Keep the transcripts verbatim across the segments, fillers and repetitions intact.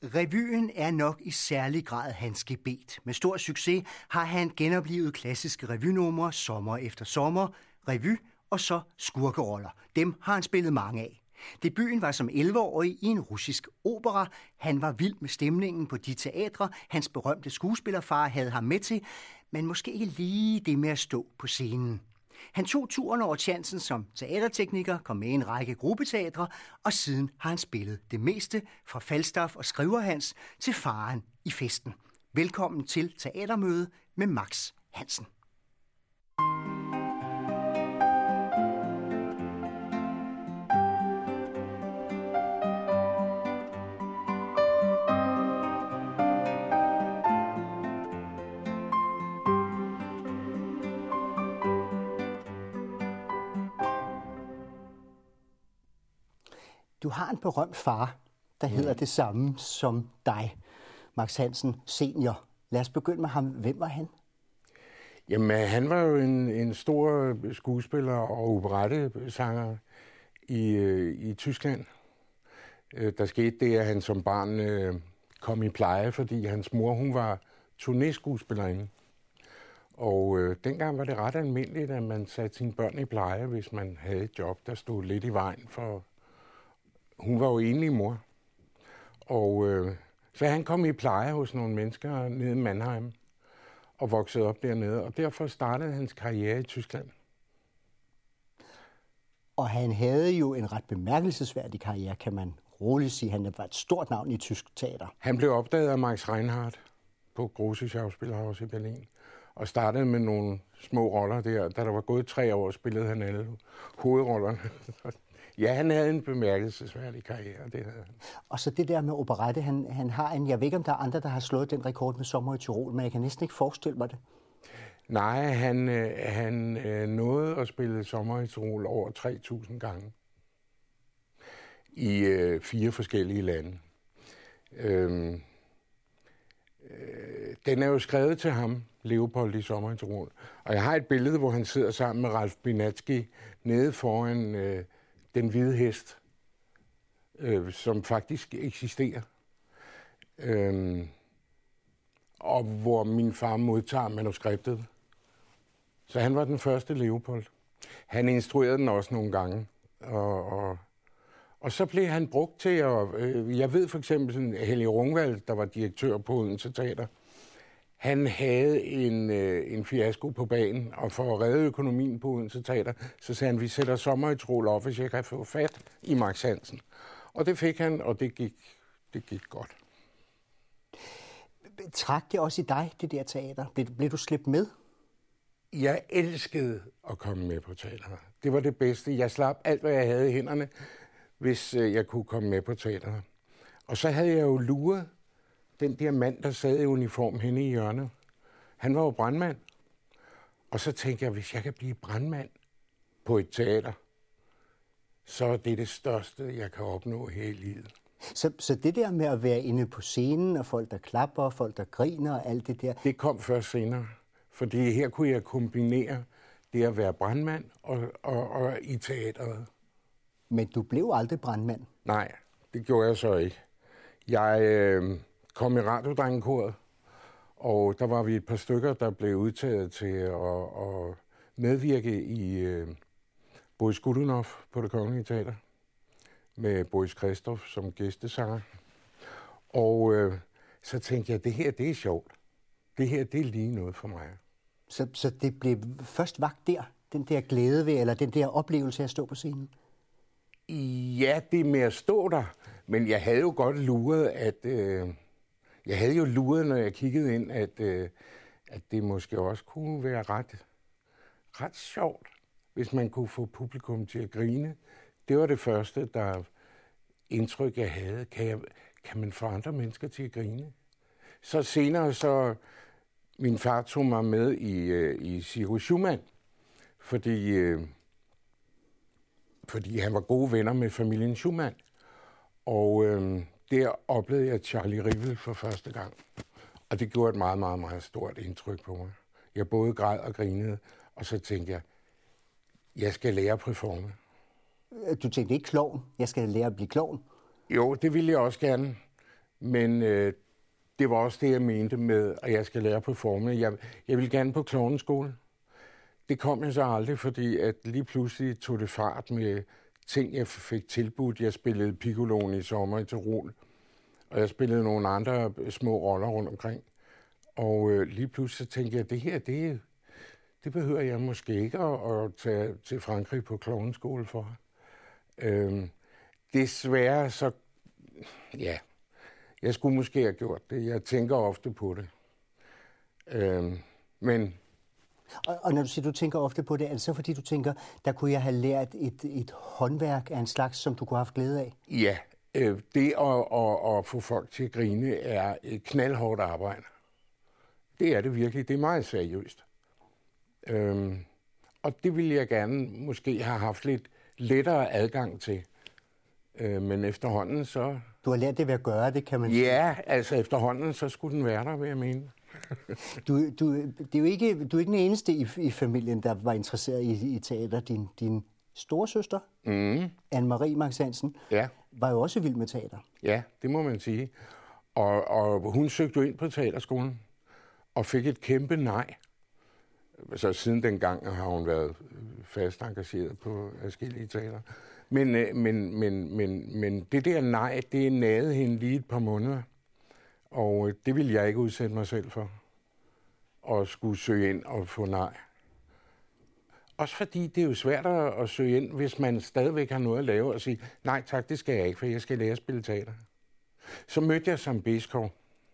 Revyen er nok i særlig grad hans gebet. Med stor succes har han genoplevet klassiske revynumre sommer efter sommer, revy og så skurkeroller. Dem har han spillet mange af. Debuten var som elleve-årig i en russisk opera. Han var vild med stemningen på de teatre, hans berømte skuespillerfar havde ham med til, men måske ikke lige det med at stå på scenen. Han tog turen over chancen som teatertekniker, kom med i en række gruppeteatre, og siden har han spillet det meste, fra Falstaff og Skriver-Hans til Faren i festen. Velkommen til Teatermøde med Max Hansen. Du har en berømt far, der hedder det samme som dig, Max Hansen senior. Lad os begynde med ham. Hvem var han? Jamen, han var jo en, en stor skuespiller og operettesanger i, i Tyskland. Der skete det, at han som barn kom i pleje, fordi hans mor hun var turnéskuespillerinde. Og øh, dengang var det ret almindeligt, at man satte sine børn i pleje, hvis man havde et job, der stod lidt i vejen for. Hun var jo enlig mor, og øh, så han kom i pleje hos nogle mennesker nede i Mannheim og voksede op dernede, og derfor startede hans karriere i Tyskland. Og han havde jo en ret bemærkelsesværdig karriere, kan man roligt sige. Han var et stort navn i tysk teater. Han blev opdaget af Max Reinhardt på Große Schauspielhaus i Berlin, og startede med nogle små roller der. Da der var gået tre år, spillede han alle hovedrollerne. Ja, han havde en bemærkelsesværdig karriere, det havde han. Og så det der med operette, han, han har en, jeg ved ikke, om der er andre, der har slået den rekord med Sommer i Tyrol, men jeg kan næsten ikke forestille mig det. Nej, han, han nåede at spille Sommer i Tyrol over tre tusind gange i øh, fire forskellige lande. Øhm, øh, den er jo skrevet til ham, Leopold i Sommer i Tyrol. Og jeg har et billede, hvor han sidder sammen med Ralf Binatsky nede foran øh, Den Hvide Hest, øh, som faktisk eksisterer. Øhm, og hvor min far modtager manuskriptet. Så han var den første Leopold. Han instruerede den også nogle gange. Og, og, og så blev han brugt til at... Øh, jeg ved for eksempel sådan Helge Rungvald, der var direktør på Odense Teater. Han havde en, øh, en fiasko på banen, og for at redde økonomien på Odense Teater, så sagde han, vi sætter Sommer i Tyrol op, hvis jeg kan få fat i Max Hansen. Og det fik han, og det gik, det gik godt. Trak det også i dig, det der teater? Blev, blev du slæbt med? Jeg elskede at komme med på teateret. Det var det bedste. Jeg slap alt, hvad jeg havde i hænderne, hvis jeg kunne komme med på teateret. Og så havde jeg jo luret den der mand, der sad i uniform henne i hjørnet. Han var jo brandmand. Og så tænkte jeg, hvis jeg kan blive brandmand på et teater, så er det det største, jeg kan opnå her i livet. Så, så det der med at være inde på scenen, og folk, der klapper, folk, der griner og alt det der... Det kom først senere. Fordi her kunne jeg kombinere det at være brandmand og, og, og i teateret. Men du blev aldrig brandmand? Nej, det gjorde jeg så ikke. Jeg øh, kom i radiodrengekoret, og der var vi et par stykker, der blev udtaget til at, at medvirke i øh, Boris Godunov på Det Kongelige Teater, med Boris Christoph som gæstesanger. Og øh, så tænkte jeg, det her, det er sjovt. Det her, det er lige noget for mig. Så, så det blev først vagt der, den der glæde ved, eller den der oplevelse af at stå på scenen? Ja, det er med at stå der, men jeg havde jo godt luret, at øh, jeg havde jo luret, når jeg kiggede ind, at, øh, at det måske også kunne være ret, ret sjovt, hvis man kunne få publikum til at grine. Det var det første, der indtryk, jeg havde. Kan, jeg, kan man få andre mennesker til at grine? Så senere så... Min far tog mig med i, øh, i Cyrus Schumann, fordi, øh, fordi han var gode venner med familien Schumann. Og øh, der oplevede jeg Charlie Rivel for første gang. Og det gjorde et meget, meget, meget stort indtryk på mig. Jeg både græd og grinede, og så tænkte jeg, jeg skal lære at performe. Du tænkte ikke klovn? Jeg skal lære at blive klovn? Jo, det ville jeg også gerne. Men øh, det var også det, jeg mente med, at jeg skal lære på formel. Jeg, jeg ville gerne på klovneskole. Det kom jeg så aldrig, fordi at lige pludselig tog det fart med ting, jeg fik tilbudt. Jeg spillede piccoloen i sommer i Tyrol, og jeg spillede nogle andre små roller rundt omkring. Og øh, lige pludselig tænkte jeg, at det her, det, det behøver jeg måske ikke at, at tage til Frankrig på klovneskole for. Øhm, desværre så, ja, jeg skulle måske have gjort det. Jeg tænker ofte på det. Øhm, men... Og, og når du siger, du tænker ofte på det, er det så fordi du tænker, der kunne jeg have lært et, et håndværk af en slags, som du kunne have haft glæde af? Ja, øh, det at, at, at få folk til at grine er et knaldhårdt arbejde. Det er det virkelig. Det er meget seriøst. Øhm, og det ville jeg gerne måske have haft lidt lettere adgang til. Øh, men efterhånden så... Du har lært det ved at gøre det, kan man sige. Ja, altså efterhånden så skulle den være der, vil jeg mene. du, du, det er jo ikke, du er ikke den eneste i, i familien, der var interesseret i, i teater. Din, din storesøster, mm. Anne-Marie Max Hansen, ja. var jo også vild med teater. Ja, det må man sige. Og, og hun søgte jo ind på teaterskolen og fik et kæmpe nej. Så siden dengang har hun været fast engageret på forskellige teater. Men, men, men, men, men det der nej, det nagede hende lige et par måneder. Og det ville jeg ikke udsætte mig selv for. At skulle søge ind og få nej. Også fordi det er jo svært at søge ind, hvis man stadigvæk har noget at lave og sige, nej tak, det skal jeg ikke, for jeg skal lære at spille teater. Så mødte jeg Sam Beskov.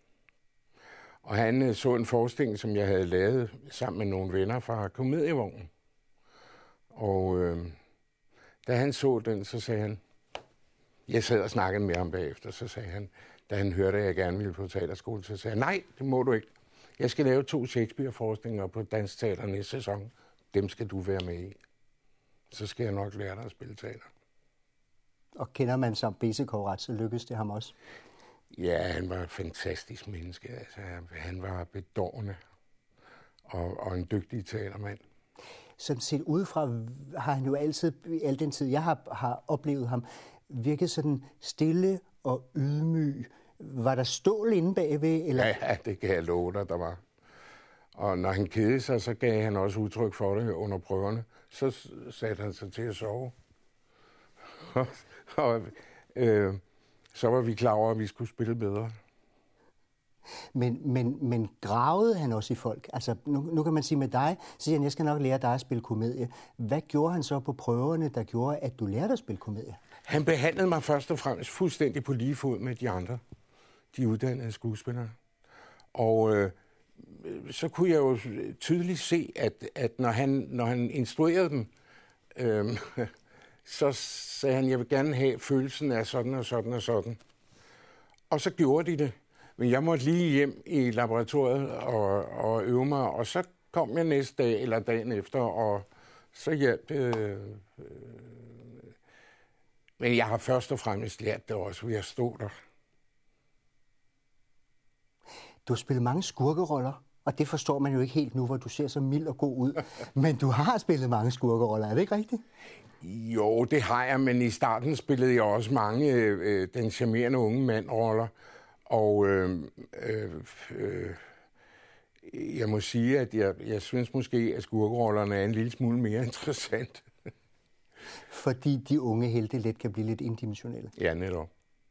Og han så en forestilling, som jeg havde lavet sammen med nogle venner fra Komedievognen. Og øh, da han så den, så sagde han, jeg sad og snakkede med ham bagefter, så sagde han, da han hørte, at jeg gerne ville på teaterskole, så sagde han, nej, det må du ikke. Jeg skal lave to Shakespeare-forestillinger på Dansk Teater næste sæson. Dem skal du være med i. Så skal jeg nok lære dig at spille teater. Og kender man Sam Beskov ret, så lykkedes det ham også? Ja, han var et fantastisk menneske. Altså, han var bedårende og, og en dygtig teatermand. Sådan set udefra har han jo altid, al den tid, jeg har, har oplevet ham, virket sådan stille og ydmyg. Var der stål inde bagved? Eller? Ja, det kan jeg love dig, der var. Og når han kedede sig, så gav han også udtryk for det under prøverne. Så satte han sig til at sove. og øh, så var vi klar over, at vi skulle spille bedre. Men, men, men gravede han også i folk? Altså, nu, nu kan man sige med dig, så siger han, jeg skal nok lære dig at spille komedie. Hvad gjorde han så på prøverne, der gjorde, at du lærte at spille komedie? Han behandlede mig først og fremmest fuldstændig på lige fod med de andre, de uddannede skuespillere. Og øh, så kunne jeg jo tydeligt se, at, at når, han, når han instruerede dem, øh, så sagde han, jeg vil gerne have følelsen af sådan og sådan og sådan. Og så gjorde de det. Men jeg måtte lige hjem i laboratoriet og, og øve mig, og så kom jeg næste dag eller dagen efter, og så hjalp det. Øh, øh, men jeg har først og fremmest lært det også ved at stå der. Du har spillet mange skurkeroller, og det forstår man jo ikke helt nu, hvor du ser så mild og god ud. Men du har spillet mange skurkeroller, er det ikke rigtigt? Jo, det har jeg, men i starten spillede jeg også mange øh, den charmerende unge mand-roller. Og øh, øh, øh, jeg må sige, at jeg, jeg synes måske, at skurkerollerne er en lille smule mere interessant. Fordi de unge helte let kan blive lidt indimensionelle. Ja, netop.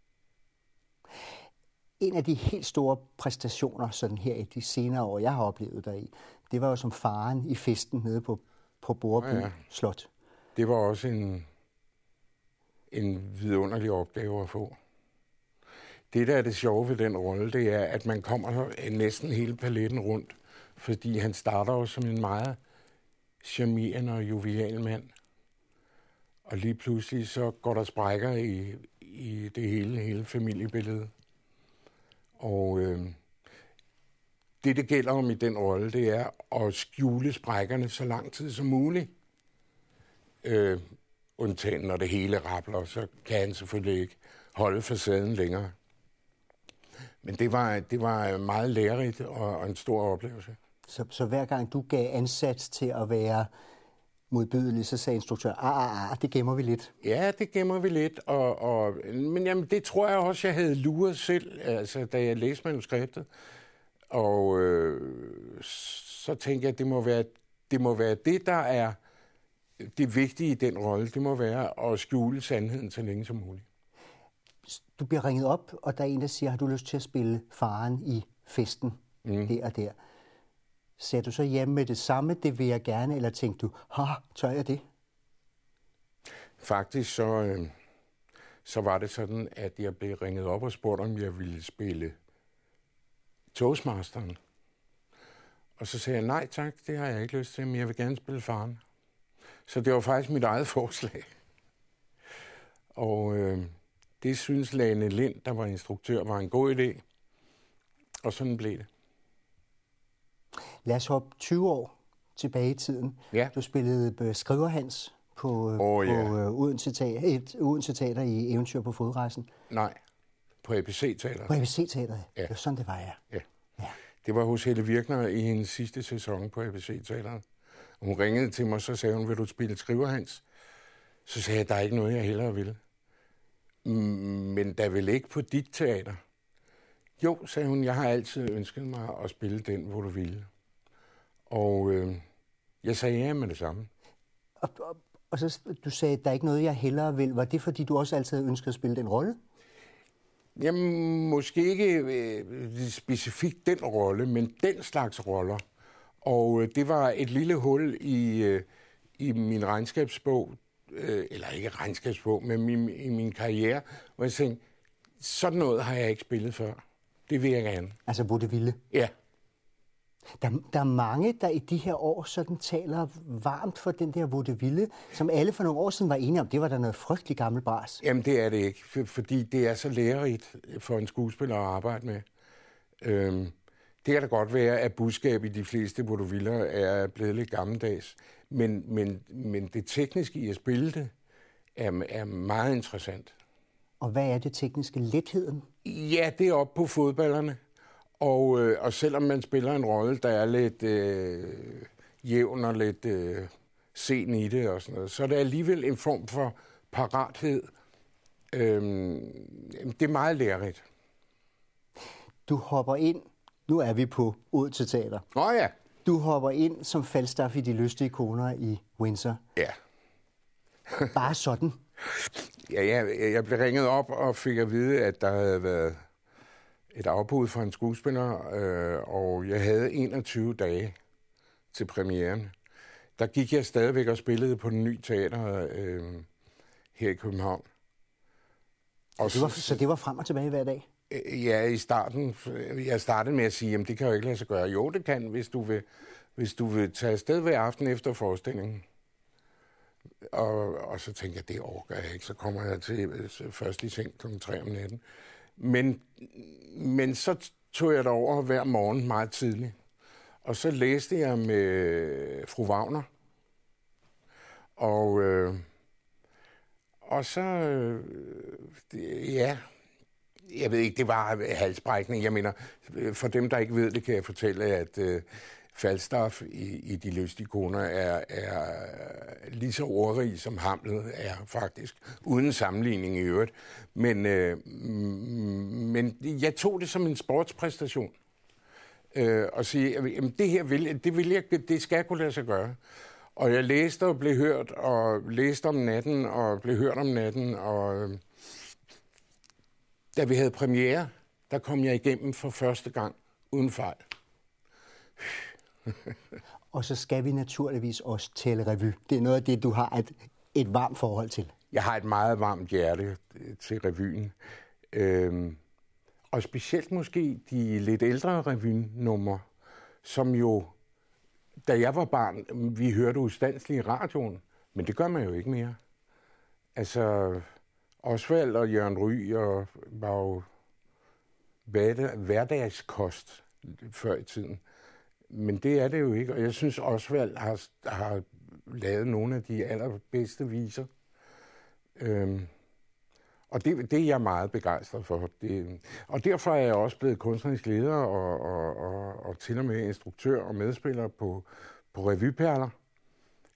En af de helt store præstationer sådan her i de senere år, jeg har oplevet dig i, det var jo som faren i festen nede på, på Borreby ja, ja. Slot. Det var også en, en vidunderlig opgave at få. Det, der er det sjove ved den rolle, det er, at man kommer næsten hele paletten rundt, fordi han starter jo som en meget charmerende og jovial mand. Og lige pludselig så går der sprækker i, i det hele, hele familiebillede. Og øh, det, det gælder om i den rolle, det er at skjule sprækkerne så lang tid som muligt. Øh, undtagen når det hele rappler, så kan han selvfølgelig ikke holde facaden længere. Men det var, det var meget lærerigt og, og en stor oplevelse. Så, så hver gang du gav ansats til at være modbydeligt, så sagde instruktøren, ah, ah, ah, det gemmer vi lidt. Ja, det gemmer vi lidt, og, og, men jamen, det tror jeg også, jeg havde luret selv, altså, da jeg læste manuskriptet. Og øh, så tænkte jeg, at det må være det, må være det, der er det vigtige i den rolle. Det må være at skjule sandheden så længe som muligt. Du bliver ringet op, og der er en, der siger, har du lyst til at spille faren i festen mm. der og der? Sagde du så hjemme med det samme, det vil jeg gerne, eller tænkte du, ha, tør jeg det? Faktisk så, øh, så var det sådan, at jeg blev ringet op og spurgt, om jeg ville spille Toastmasteren. Og så sagde jeg, nej tak, det har jeg ikke lyst til, men jeg vil gerne spille faren. Så det var faktisk mit eget forslag. Og øh, det synes Lane Lind, der var instruktør, var en god idé. Og sådan blev det. Lad os hoppe tyve år tilbage i tiden. Ja. Du spillede Skriverhans på, oh, på ja. uh, Odense Teater, et Odense Teater i Eventyr på Fodrejsen. Nej, på A B C-teateret. På A B C-teateret? Ja. Det var sådan, det var, ja. Ja. ja. Det var hos Helle Virkner i hendes sidste sæson på A B C-teateret. Hun ringede til mig, så sagde hun, vil du spille Skriverhans? Så sagde jeg, der er ikke noget, jeg hellere vil. Men der vil ikke på dit teater. Jo, sagde hun, jeg har altid ønsket mig at spille den, hvor du ville. Og øh, jeg sagde ja med det samme. Og, og, og så du sagde, der er ikke noget, jeg hellere vil. Var det, fordi du også altid havde ønsket at spille den rolle? Jamen, måske ikke øh, specifikt den rolle, men den slags roller. Og øh, det var et lille hul i, øh, i min regnskabsbog, øh, eller ikke regnskabsbog, men min, i min karriere, hvor jeg tænkte, sådan noget har jeg ikke spillet før. Det vil jeg gerne. Altså vaudeville? Ja. Der, der er mange, der i de her år sådan taler varmt for den der vaudeville, som alle for nogle år siden var enige om, det var da noget frygtelig gammel bras. Jamen, det er det ikke, for, fordi det er så lærerigt for en skuespiller at arbejde med. Øhm, det kan da godt være, at budskabet i de fleste vaudeviller er blevet lidt gammeldags, men, men, men det tekniske i at spille det er, er meget interessant. Og hvad er det tekniske? Letheden? Ja, det er op på fodballerne. Og, øh, og selvom man spiller en rolle, der er lidt øh, jævn og lidt øh, sen i det og sådan noget, så er det alligevel en form for parathed. Øhm, det er meget lærerigt. Du hopper ind, nu er vi på Odense Teater. Åh oh, ja. Du hopper ind som Falstaff i De lystige koner i Windsor. Ja. Bare sådan? Ja, jeg, jeg blev ringet op og fik at vide, at der havde været et afbud fra en skuespiller, øh, og jeg havde enogtyve dage til premieren. Der gik jeg stadigvæk og spillede på den nye teater øh, her i København. Og det var, så, så det var frem og tilbage hver dag? Øh, ja, i starten. Jeg startede med at sige, at det kan jo ikke lade sig gøre. Jo, det kan, hvis du vil, hvis du vil tage afsted hver aften efter forestillingen. Og, og så tænkte jeg, det orker jeg ikke. Så kommer jeg til først i seng klokken tre om natten. Men, men så tog jeg derover hver morgen meget tidligt. Og så læste jeg med fru Wagner. Og, øh, og så, øh, ja, jeg ved ikke, det var halsbrækning. Jeg mener, for dem, der ikke ved det, kan jeg fortælle, at øh, Falstaff i, i De lystige koner er, er lige så ordrig som Hamlet er faktisk, uden sammenligning i øvrigt. Men, øh, men jeg tog det som en sportspræstation. Øh, og sige, at det her vil, det, vil jeg, det skal kunne lade sig gøre. Og jeg læste og blev hørt, og læste om natten, og blev hørt om natten, og øh, da vi havde premiere, der kom jeg igennem for første gang uden fejl. Og så skal vi naturligvis også tælle revy. Det er noget af det, du har et, et varmt forhold til. Jeg har et meget varmt hjerte til revyen. Øhm, og specielt måske de lidt ældre revynumre, som jo, da jeg var barn, vi hørte ustandsligt i radioen, men det gør man jo ikke mere. Altså, Osvald og Jørgen Ryg og var jo hverdagskost før i tiden. Men det er det jo ikke, og jeg synes Osvald har, har lavet nogle af de allerbedste viser. Øhm, og det, det er jeg meget begejstret for. Det, og derfor er jeg også blevet kunstnerisk leder og, og, og, og til og med instruktør og medspiller på, på Revyperler,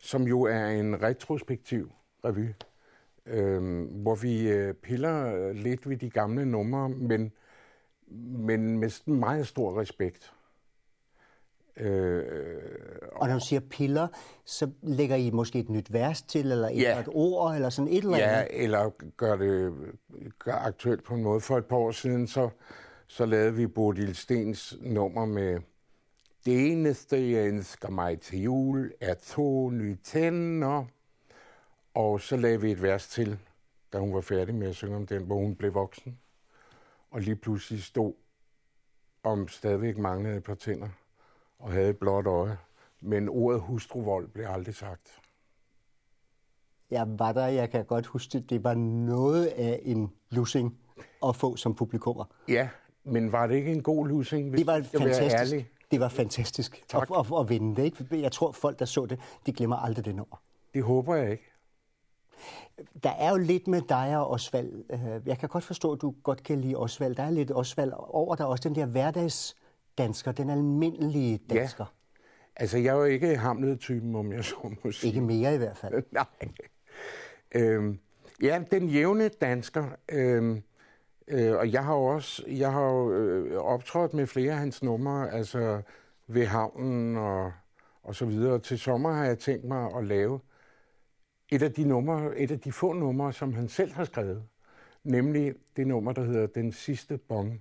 som jo er en retrospektiv revy, øh, hvor vi øh, piller lidt ved de gamle numre, men, men med meget stor respekt. Øh, og når du siger piller, så lægger I måske et nyt vers til, eller et, ja. et ord, eller sådan et eller andet? Ja, eller gør det gør aktuelt på en måde. For et par år siden, så, så lavede vi Bodil Stens nummer med Det eneste, jeg ønsker mig til jul, er to nye tænder. Og så lavede vi et vers til, da hun var færdig med at synge om den, hvor hun blev voksen. Og lige pludselig stod om stadigvæk manglede et par tænder og havde et blåt øje. Men ordet hustruvold blev aldrig sagt. Jeg var der, jeg kan godt huske det. Det var noget af en lussing at få som publikummer. Ja, men var det ikke en god lussing, hvis det var fantastisk. Det var fantastisk at, at, at vinde det. Ikke? Jeg tror, folk, der så det, de glemmer aldrig det nummer. Det håber jeg ikke. Der er jo lidt med dig og Osvald. Jeg kan godt forstå, at du godt kan lide Osvald. Der er lidt Osvald over der også den der hverdagsdansker, den almindelige dansker. Ja. Altså, jeg er jo ikke Hamlet-typen, om jeg så må sige. Ikke mere i hvert fald. Nej. Øhm, ja, den jævne dansker. Øhm, øh, og jeg har jo også jeg har jo, øh, optrådt med flere af hans numre, altså ved havnen og, og så videre. Til sommer har jeg tænkt mig at lave et af de numre, et af de få numre, som han selv har skrevet. Nemlig det nummer, der hedder Den sidste bong.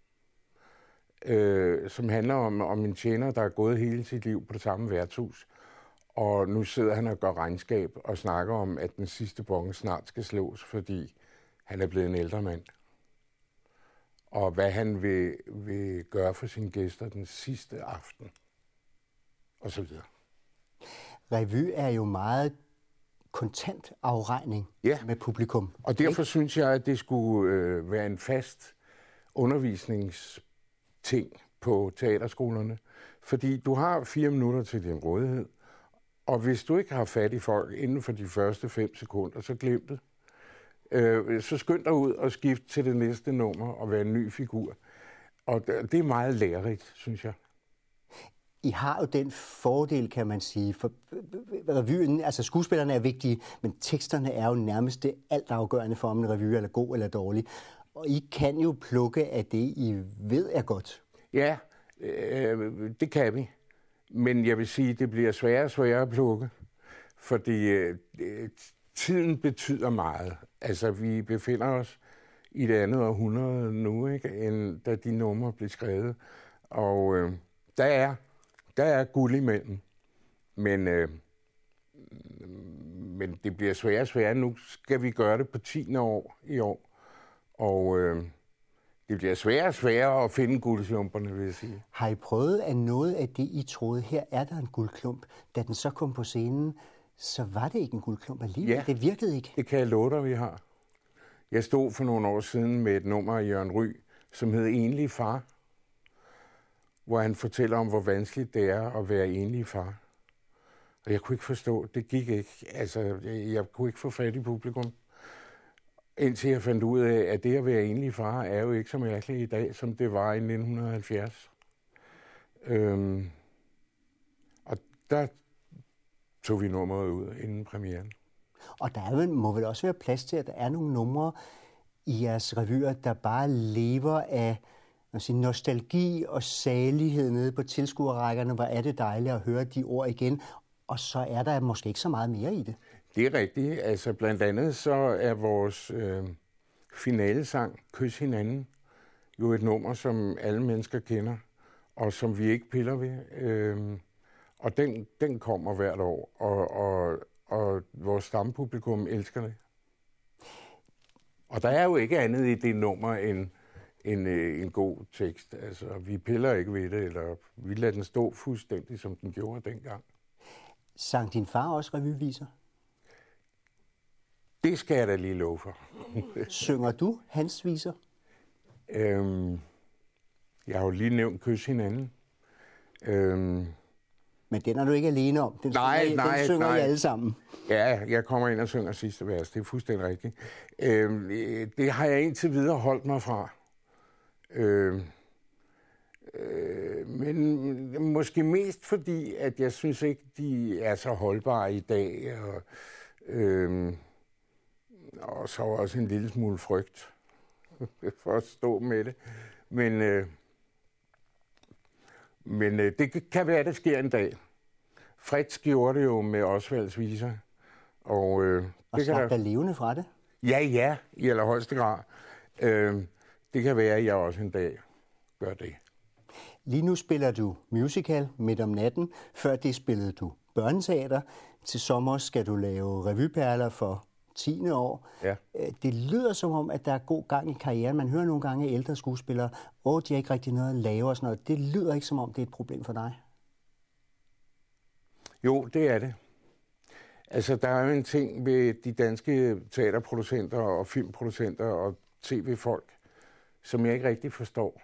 Øh, som handler om, om en tjener, der er gået hele sit liv på det samme værtshus. Og nu sidder han og gør regnskab og snakker om, at den sidste bong snart skal slås, fordi han er blevet en ældre mand. Og hvad han vil, vil gøre for sine gæster den sidste aften. Og så videre. Revy er jo meget kontant afregning ja. med publikum. Og derfor ikke? synes jeg, at det skulle øh, være en fast undervisningsting på teaterskolerne. Fordi du har fire minutter til din rådighed. Og hvis du ikke har fat i folk inden for de første fem sekunder, så glem det. Øh, så skynd dig ud og skift til det næste nummer og være en ny figur. Og det er meget lærerigt, synes jeg. I har jo den fordel, kan man sige, for revyen, altså skuespillerne er vigtige, men teksterne er jo nærmest det altafgørende for, om en revy er god eller dårlig. Og I kan jo plukke af det, I ved er godt. Ja, øh, det kan vi. Men jeg vil sige, at det bliver sværere og sværere at plukke, fordi øh, tiden betyder meget. Altså, vi befinder os i det andet århundrede nu, ikke, end da de numre blev skrevet. Og øh, der er der er guld imellem. Men, øh, men det bliver sværere og sværere. Nu skal vi gøre det på tiende år i år. Og øh, det bliver sværere og sværere at finde guldklumperne, vil jeg sige. Har I prøvet, at noget af det, I troede, her er der en guldklump, da den så kom på scenen, så var det ikke en guldklump alligevel? Ja, det virkede ikke. Det kan jeg love dig, vi har. Jeg stod for nogle år siden med et nummer af Jørgen Ryg, som hed Enlig far, hvor han fortæller om, hvor vanskeligt det er at være enlig far. Og jeg kunne ikke forstå, det gik ikke. Altså, jeg, jeg kunne ikke få fat i publikum. Indtil jeg fandt ud af, at det at være enlig far er jo ikke så mærkeligt i dag, som det var i nitten halvfjerds. Øhm, og der tog vi nummeret ud inden premieren. Og der er vel, må vel også være plads til, at der er nogle numre i jeres revyer, der bare lever af sige, nostalgi og salighed nede på tilskuerrækkerne. Hvor er det dejligt at høre de ord igen. Og så er der måske ikke så meget mere i det. Det er rigtigt. Altså blandt andet så er vores øh, finalesang Kys hinanden jo et nummer, som alle mennesker kender, og som vi ikke piller ved. Øh, og den, den kommer hvert år, og, og, og vores stampublikum elsker det. Og der er jo ikke andet i det nummer end en, en god tekst. Altså, vi piller ikke ved det, eller vi lader den stå fuldstændig, som den gjorde dengang. Sang din far også revyviser? Det skal jeg da lige love for. Synger du hans viser? Øhm, jeg har jo lige nævnt Kys hinanden. Øhm, Men den er du ikke alene om. Den nej, synger, nej, den synger nej. I alle sammen. Ja, jeg kommer ind og synger sidste vers. Det er fuldstændig rigtigt. Øhm, det har jeg indtil videre holdt mig fra. Øhm, øh, men Men måske mest fordi, at jeg synes ikke, de er så holdbare i dag. Og, øhm, og så også en lille smule frygt for at stå med det. Men, øh, men øh, det kan være, at det sker en dag. Fritz gjorde det jo med Osvalds viser. Og, øh, og det slap der der levende fra det? Ja, ja, i allerhøjeste grad. Øh, det kan være, at jeg også en dag gør det. Lige nu spiller du musical midt om natten. Før det spillede du børneteater. Til sommer skal du lave revyperler for tiende år. Ja. Det lyder som om, at der er god gang i karrieren. Man hører nogle gange ældre skuespillere, åh, de har ikke rigtig noget at lave og sådan noget. Det lyder ikke som om, det er et problem for dig. Jo, det er det. Altså, der er jo en ting ved de danske teaterproducenter og filmproducenter og tv-folk, som jeg ikke rigtig forstår.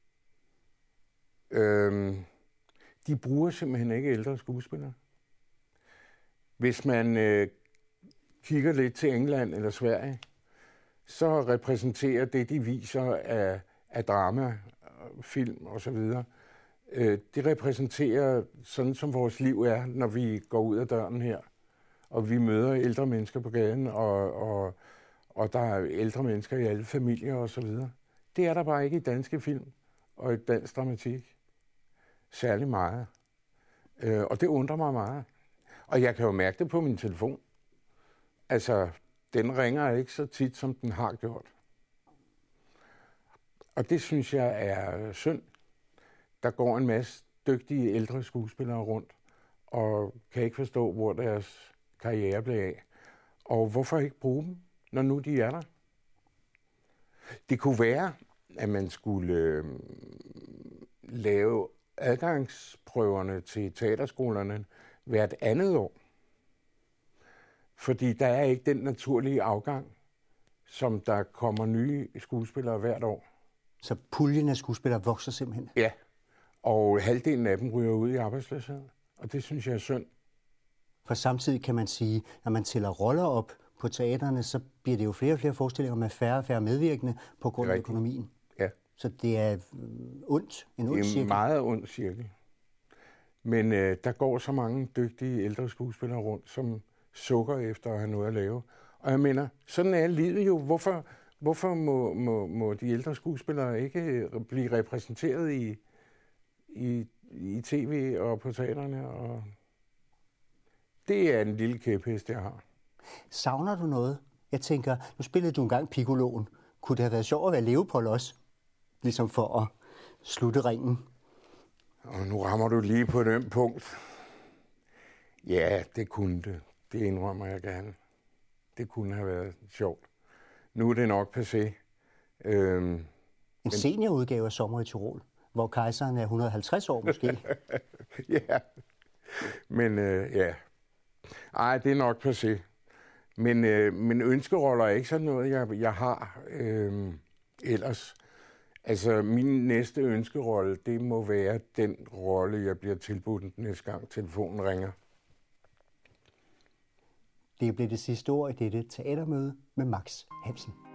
Øhm, de bruger simpelthen ikke ældre skuespillere. Hvis man øh, kigger lidt til England eller Sverige, så repræsenterer det, de viser af, af drama, film osv., øh, det repræsenterer sådan, som vores liv er, når vi går ud af døren her. Og vi møder ældre mennesker på gaden, og, og, og der er ældre mennesker i alle familier osv. Det er der bare ikke i danske film og i dansk dramatik. Særlig meget. Øh, og det undrer mig meget. Og jeg kan jo mærke det på min telefon. Altså, den ringer ikke så tit, som den har gjort. Og det synes jeg er synd. Der går en masse dygtige ældre skuespillere rundt, og kan ikke forstå, hvor deres karriere blev af. Og hvorfor ikke bruge dem, når nu de er der? Det kunne være, at man skulle øh, lave adgangsprøverne til teaterskolerne hvert andet år. Fordi der er ikke den naturlige afgang, som der kommer nye skuespillere hvert år. Så puljen af skuespillere vokser simpelthen? Ja, og halvdelen af dem ryger ud i arbejdsløshed. Og det synes jeg er synd. For samtidig kan man sige, når man tæller roller op på teaterne, så bliver det jo flere og flere forestillinger med færre og færre medvirkende på grund af økonomien. Ja. Så det er ondt, en ond cirkel. Det er en meget ond cirkel. Men øh, der går så mange dygtige ældre skuespillere rundt, som sukker efter at have noget at lave. Og jeg mener, sådan er livet jo. Hvorfor, hvorfor må, må, må de ældre skuespillere ikke blive repræsenteret i, i, i tv og på teaterne? Og det er en lille kæphest, jeg har. Savner du noget? Jeg tænker, nu spillede du engang Piccoloen. Kunne det have været sjovt at være Leopold også? Ligesom for at slutte ringen. Og nu rammer du lige på den punkt. Ja, det kunne det. Det indrømmer jeg gerne. Det kunne have været sjovt. Nu er det nok passé. Øhm, en men... seniorudgave af Sommer i Tyrol, hvor kejseren er et hundrede og halvtreds år måske. Ja, men øh, ja. Ej, det er nok passé. Men, øh, men ønskeroller er ikke sådan noget, jeg, jeg har øh, ellers. Altså, min næste ønskerolle, det må være den rolle, jeg bliver tilbudt næste gang telefonen ringer. Det blev det sidste ord i dette teatermøde med Max Hansen.